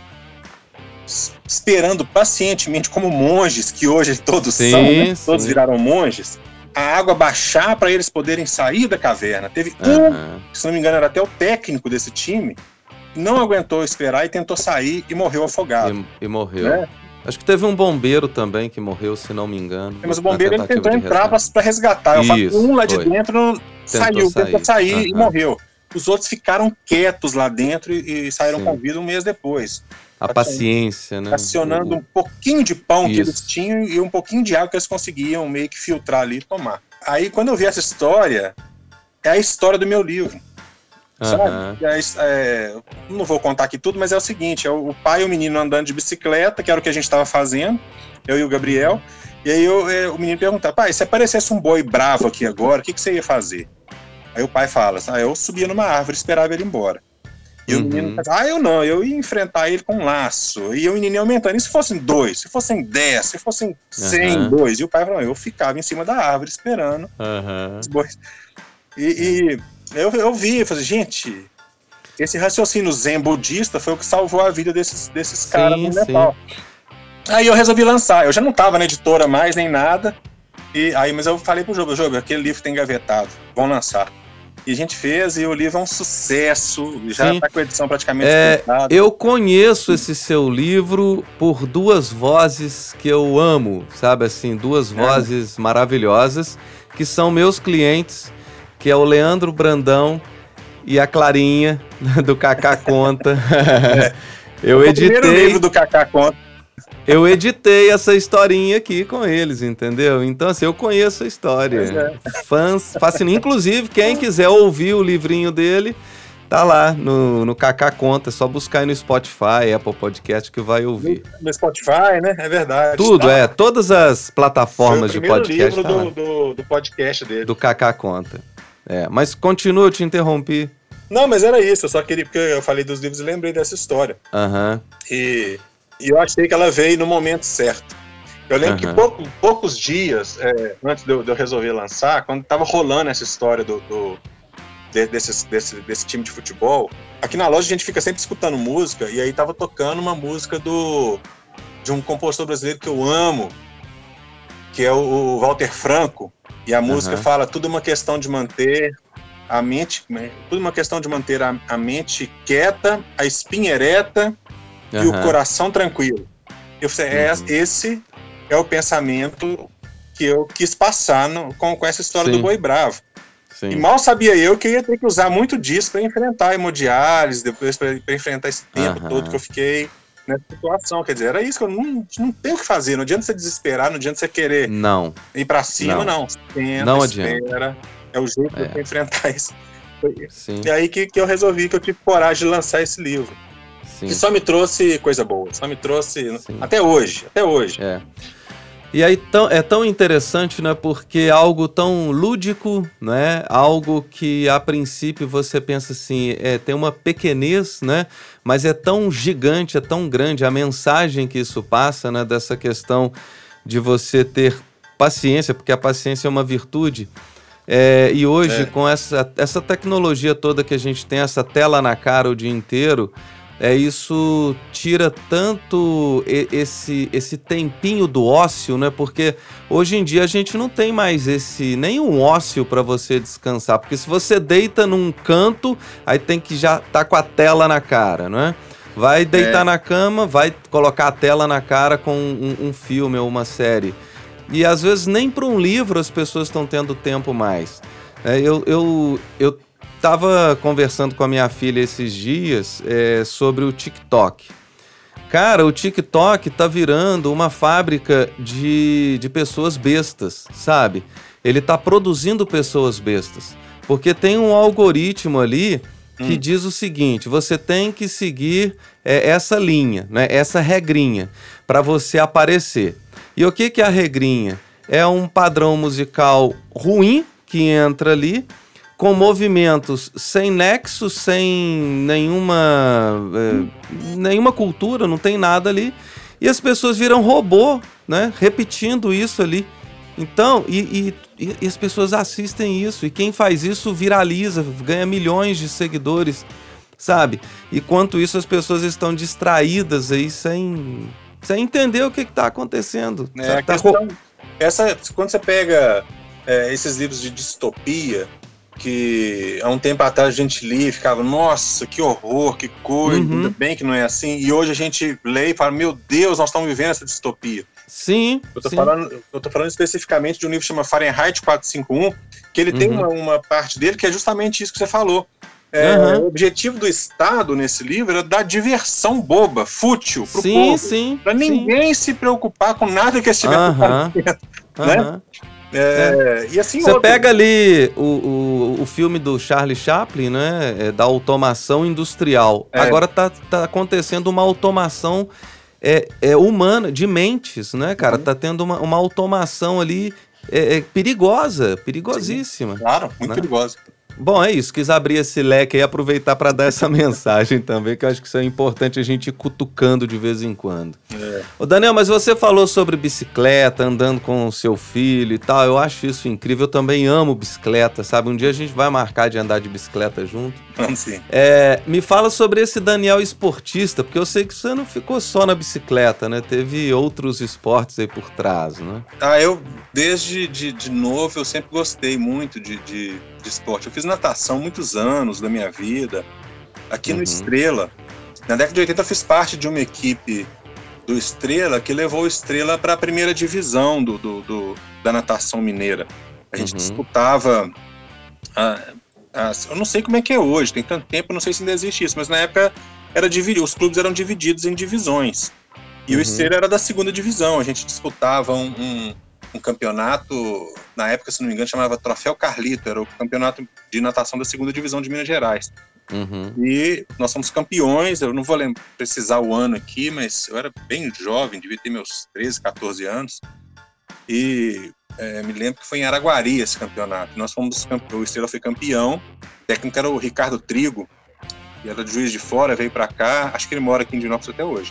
s- esperando pacientemente, como monges, que hoje todos Sim, são, né, todos sim. viraram monges, a água baixar para eles poderem sair da caverna. Teve um, Aham. se não me engano, era até o técnico desse time, não aguentou esperar e tentou sair e morreu afogado. E, e morreu. Né? Acho que teve um bombeiro também que morreu, se não me engano. Mas o na bombeiro ele tentativa tentou de entrar resgate. para resgatar. Eu falo que Isso, um lá de foi. dentro saiu, tentou sair. sair e Aham. morreu. os outros ficaram quietos lá dentro e, e saíram Sim. com vida um mês depois. A paciência, né? Acionando O- um pouquinho de pão Isso. que eles tinham e um pouquinho de água que eles conseguiam meio que filtrar ali e tomar. Aí, quando eu vi essa história, é a história do meu livro. Aham. Sabe? E aí, é, não vou contar aqui tudo, mas é o seguinte: é o pai e o menino andando de bicicleta, que era o que a gente estava fazendo, eu e o Gabriel. E aí eu, é, o menino pergunta: pai, se aparecesse um boi bravo aqui agora, o que, que você ia fazer? Aí o pai fala: ah, eu subia numa árvore e esperava ele ir embora. E Uhum. o menino fala: ah, eu não, eu ia enfrentar ele com um laço. E o menino ia aumentando. E se fossem dois, se fossem dez, se fossem cem, Aham. dois? E o pai falou: eu ficava em cima da árvore esperando Aham. os bois. E, e eu, eu vi, eu falei: gente, esse raciocínio zen budista foi o que salvou a vida desses, desses Sim, caras no Nepal. Aí eu resolvi lançar. Eu já não estava na editora mais, nem nada. E aí, mas eu falei pro Jogo, Jogo, aquele livro tem engavetado, vamos lançar. E a gente fez, e o livro é um sucesso, já Sim. tá com a edição praticamente É, completada. eu conheço esse seu livro por duas vozes que eu amo, sabe assim, duas vozes maravilhosas, que são meus clientes, que é o Leandro Brandão e a Clarinha, do Cacá Conta. Eu O primeiro editei, livro do Cacá Conta. eu editei essa historinha aqui com eles, entendeu? Então, assim, eu conheço a história. Fãs, fascinante. Inclusive, quem quiser ouvir o livrinho dele, tá lá no, no Cacá Conta. É só buscar aí no Spotify, Apple Podcast, que vai ouvir. No Spotify, né? É verdade. Tudo, Tá. é. Todas as plataformas Foi o de primeiro podcast livro tá lá, do, do, do podcast dele. do Cacá Conta. É, mas continua, eu te interrompi. Não, mas era isso, eu só queria, porque eu falei dos livros e lembrei dessa história. Aham, E, e eu achei que ela veio no momento certo. Eu lembro Aham. que pouco, poucos dias é, antes de eu, de eu resolver lançar, quando tava rolando essa história do, do- de- desse, desse, desse time de futebol, aqui na loja a gente fica sempre escutando música, e aí tava tocando uma música do, de um compositor brasileiro que eu amo, que é o, o Walter Franco, e a música Aham. fala: tudo é uma questão de manter a mente, tudo é uma questão de manter a, a mente quieta, a espinha ereta e o aham. coração tranquilo. Eu falei: é, Uhum. esse é o pensamento que eu quis passar no- com, com essa história Sim. do boi bravo. E Sim. mal sabia eu que eu ia ter que usar muito disso para enfrentar a hemodiálise, depois para enfrentar esse tempo Aham. todo que eu fiquei nessa situação. Quer dizer, era isso que eu não, não tenho o que fazer. Não adianta você desesperar, não adianta você querer Não, ir para cima, Não. não. Senta, Não espera. É o jeito de É. você enfrentar isso. Foi- sim, E aí que, que eu resolvi que eu tive coragem de lançar esse livro. sim. Que só me trouxe coisa boa. Só me trouxe. Sim. Até hoje. Até hoje. É. E aí tão, é tão interessante, né? Porque é algo tão lúdico, né? Algo que a princípio você pensa assim, é, tem uma pequenez, né? Mas é tão gigante, é tão grande a mensagem que isso passa, né? Dessa questão de você ter paciência, porque a paciência é uma virtude. É, e hoje, É. com essa, essa tecnologia toda que a gente tem, essa tela na cara o dia inteiro, é, isso tira tanto e- esse, esse tempinho do ócio, né? Porque hoje em dia a gente não tem mais esse nenhum ócio para você descansar. Porque se você deita num canto, aí tem que já tá com a tela na cara, não é? Vai deitar É. na cama, vai colocar a tela na cara com um, um filme ou uma série. E às vezes nem para um livro as pessoas estão tendo tempo mais. É, eu, eu, eu tava conversando com a minha filha esses dias é, sobre o TikTok. Cara, o TikTok tá virando uma fábrica de, de pessoas bestas, sabe? Ele tá produzindo pessoas bestas. Porque tem um algoritmo ali que Hum. diz o seguinte: você tem que seguir é, essa linha, né? Essa regrinha, para você aparecer. E o que, que é a regrinha? É um padrão musical ruim que entra ali, com movimentos sem nexo, sem nenhuma, é, nenhuma cultura, não tem nada ali. E as pessoas viram robô, né? Repetindo isso ali. Então, e, e, e as pessoas assistem isso. E quem faz isso viraliza, ganha milhões de seguidores, sabe? Enquanto isso, as pessoas estão distraídas aí, sem, sem entender o que está acontecendo. É, Sabe? a Tá questão- ro- essa, quando você pega é, esses livros de distopia, que há um tempo atrás a gente lia e ficava: nossa, que horror, que coisa, Uhum. ainda bem que não é assim. E hoje a gente lê e fala: meu Deus, nós estamos vivendo essa distopia. Sim, Eu tô, sim. falando, eu tô falando especificamente de um livro que chama Fahrenheit quatrocentos e cinquenta e um, que ele tem Uhum. uma, uma parte dele que é justamente isso que você falou. É, Uhum. O objetivo do Estado nesse livro era dar diversão boba, fútil, pro Sim, povo. sim. Pra ninguém se preocupar com nada que estiver Aham. fazendo, né? Aham. É, E assim Você outro. pega ali o, o, o filme do Charlie Chaplin, né? é, da automação industrial. É. Agora tá, tá acontecendo uma automação é, é, humana, de mentes, né, cara? Uhum. Tá tendo uma, uma automação ali é, é, perigosa, perigosíssima. Claro, muito né? perigoso. Bom, é isso. Quis abrir esse leque e aproveitar para dar essa mensagem também, que eu acho que isso é importante a gente ir cutucando de vez em quando. É. Ô Daniel, mas você falou sobre bicicleta, andando com o seu filho e tal. Eu acho isso incrível. Eu também amo bicicleta, sabe? Um dia a gente vai marcar de andar de bicicleta junto. Vamos sim. É, me fala sobre esse Daniel esportista, porque eu sei que você não ficou só na bicicleta, né? Teve outros esportes aí por trás, né? Ah, eu, desde de, de novo, eu sempre gostei muito de, de, de esporte. Eu fiz natação muitos anos da minha vida, aqui Uhum. no Estrela. Na década de oitenta eu fiz parte de uma equipe do Estrela que levou o Estrela para a primeira divisão do, do, do- da natação mineira. A gente Uhum. disputava... a- a- eu não sei como é que é hoje, tem tanto tempo, não sei se ainda existe isso, mas na época era dividido, os clubes eram divididos em divisões. E Uhum. o Estrela era da segunda divisão. A gente disputava um, um- um campeonato, na época, se não me engano, chamava Troféu Carlito, era o campeonato de natação da segunda divisão de Minas Gerais. Uhum. E nós fomos campeões, eu não vou lembrar, precisar o ano aqui, mas eu era bem jovem, devia ter meus treze, quatorze anos. E é, me lembro que foi em Araguari esse campeonato. Nós fomos campeões, o Estrela foi campeão, o técnico era o Ricardo Trigo, que era de Juiz de Fora, veio para cá, acho que ele mora aqui em Divinópolis até hoje.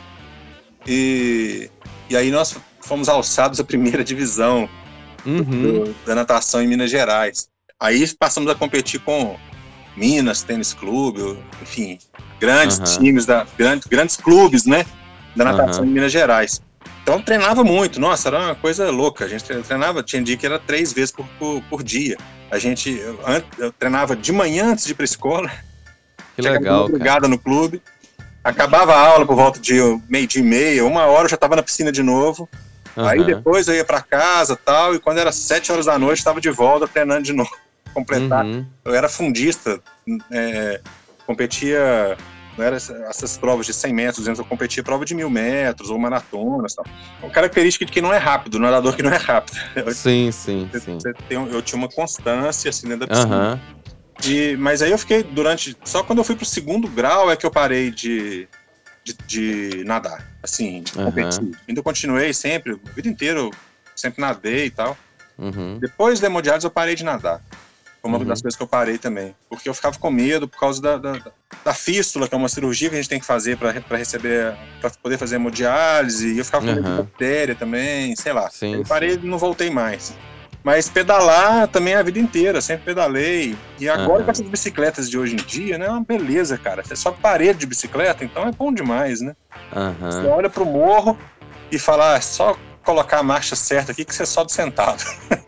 E, e aí nós fomos alçados à primeira divisão Uhum. do- da natação em Minas Gerais. Aí passamos a competir com Minas Tênis Clube, enfim, grandes Aham. times, da, grandes, grandes clubes, né, da natação Aham. em Minas Gerais. Então treinava muito, nossa, era uma coisa louca. A gente treinava, tinha dia que era três vezes por, por, por dia. A gente eu, an- eu treinava de manhã antes de ir para a escola, Que chegava de legal, cara. madrugada no clube, acabava a aula por volta de meio-dia e meia, uma hora eu já estava na piscina de novo. Aí Aham. depois eu ia para casa tal, e quando era sete horas da noite estava de volta treinando de novo, completar. Uhum. Eu era fundista, é, competia, não era essas provas de cem metros, duzentos, eu competia prova de mil metros ou maratonas tal. Uma característica de quem não é rápido, nadador que não é rápido. Eu, Sim, sim, você- sim. você tem um- eu tinha uma constância assim dentro da piscina. Aham. De, mas aí eu fiquei durante. Só quando eu fui pro segundo grau é que eu parei de, de, de nadar. Assim, de Aham. competir. Ainda continuei sempre, a vida inteira eu sempre nadei e tal. Uhum. Depois da hemodiálise eu parei de nadar. Foi uma Uhum. das coisas que eu parei também. Porque eu ficava com medo por causa da, da, da fístula, que é uma cirurgia que a gente tem que fazer para receber, para poder fazer hemodiálise. E eu ficava com medo de Aham. bactéria também, sei lá. Sim, Aí parei sim. e não voltei mais. Mas pedalar também é a vida inteira, sempre pedalei. E agora Aham. com essas bicicletas de hoje em dia, né? É uma beleza, cara. Você só parede de bicicleta, então é bom demais, né? Você Aham. olha pro morro e fala, ah, é só colocar a marcha certa aqui que você sobe sentado.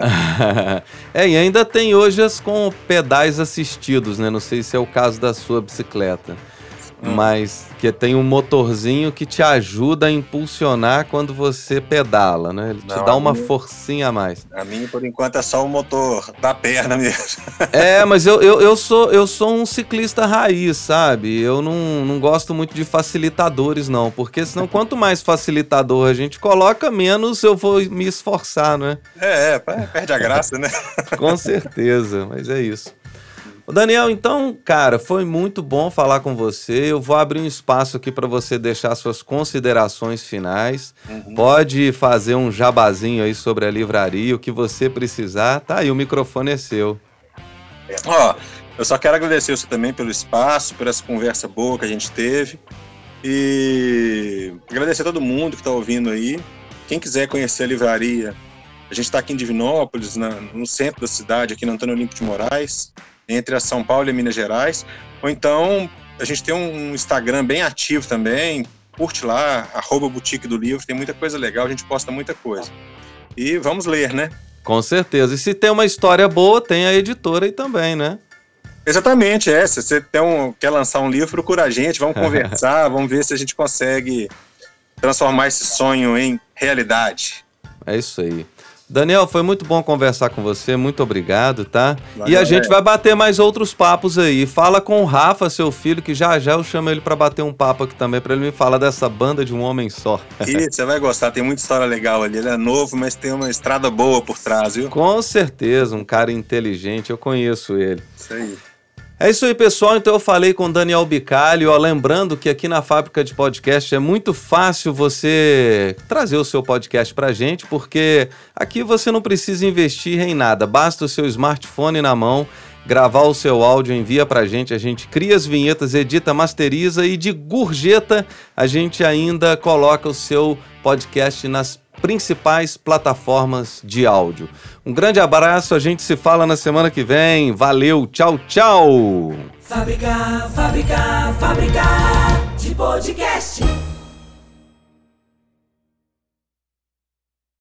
É, e ainda tem hoje as com pedais assistidos, né? Não sei se é o caso da sua bicicleta. Hum. Mas que tem um motorzinho que te ajuda a impulsionar quando você pedala, né? Ele te Não, dá a uma minha- forcinha a mais. A minha, por enquanto, é só o motor da perna mesmo. É, mas eu, eu, eu, sou, eu sou um ciclista raiz, sabe? Eu não, não gosto muito de facilitadores, não. Porque senão, quanto mais facilitador a gente coloca, menos eu vou me esforçar, né? É, é, perde a graça, né? Com certeza, mas é isso. Ô Daniel, então, cara, foi muito bom falar com você. Eu vou abrir um espaço aqui para você deixar suas considerações finais. Uhum. Pode fazer um jabazinho aí sobre a livraria, o que você precisar. Tá aí, o microfone é seu. Ó, eu só quero agradecer você também pelo espaço, por essa conversa boa que a gente teve. E agradecer a todo mundo que está ouvindo aí. Quem quiser conhecer a livraria, a gente está aqui em Divinópolis, na, no centro da cidade, aqui no Antônio Olímpio de Moraes, entre a São Paulo e a Minas Gerais. Ou então, a gente tem um Instagram bem ativo também, curte lá, arroba Boutique do Livro, tem muita coisa legal, a gente posta muita coisa. E vamos ler, né? Com certeza. E se tem uma história boa, tem a editora aí também, né? Exatamente, é. Se você tem um, quer lançar um livro, procura a gente, vamos conversar, vamos ver se a gente consegue transformar esse sonho em realidade. É isso aí. Daniel, foi muito bom conversar com você, muito obrigado, tá? Valeu, e a gente é. vai bater mais outros papos aí. Fala com o Rafa, seu filho, que já já eu chamo ele pra bater um papo aqui também, pra ele me falar dessa banda de um homem só. E você vai gostar, tem muita história legal ali. Ele é novo, mas tem uma estrada boa por trás, viu? Com certeza, um cara inteligente, eu conheço ele. Isso aí. É isso aí, pessoal. Então eu falei com o Daniel Bicalli, ó, lembrando que aqui na Fábrica de Podcast é muito fácil você trazer o seu podcast pra gente, porque aqui você não precisa investir em nada, basta o seu smartphone na mão, gravar o seu áudio, envia pra gente, a gente cria as vinhetas, edita, masteriza e de gorjeta a gente ainda coloca o seu podcast nas principais plataformas de áudio. Um grande abraço, a gente se fala na semana que vem. Valeu, tchau, tchau! Fábrica, fábrica, fábrica de podcast.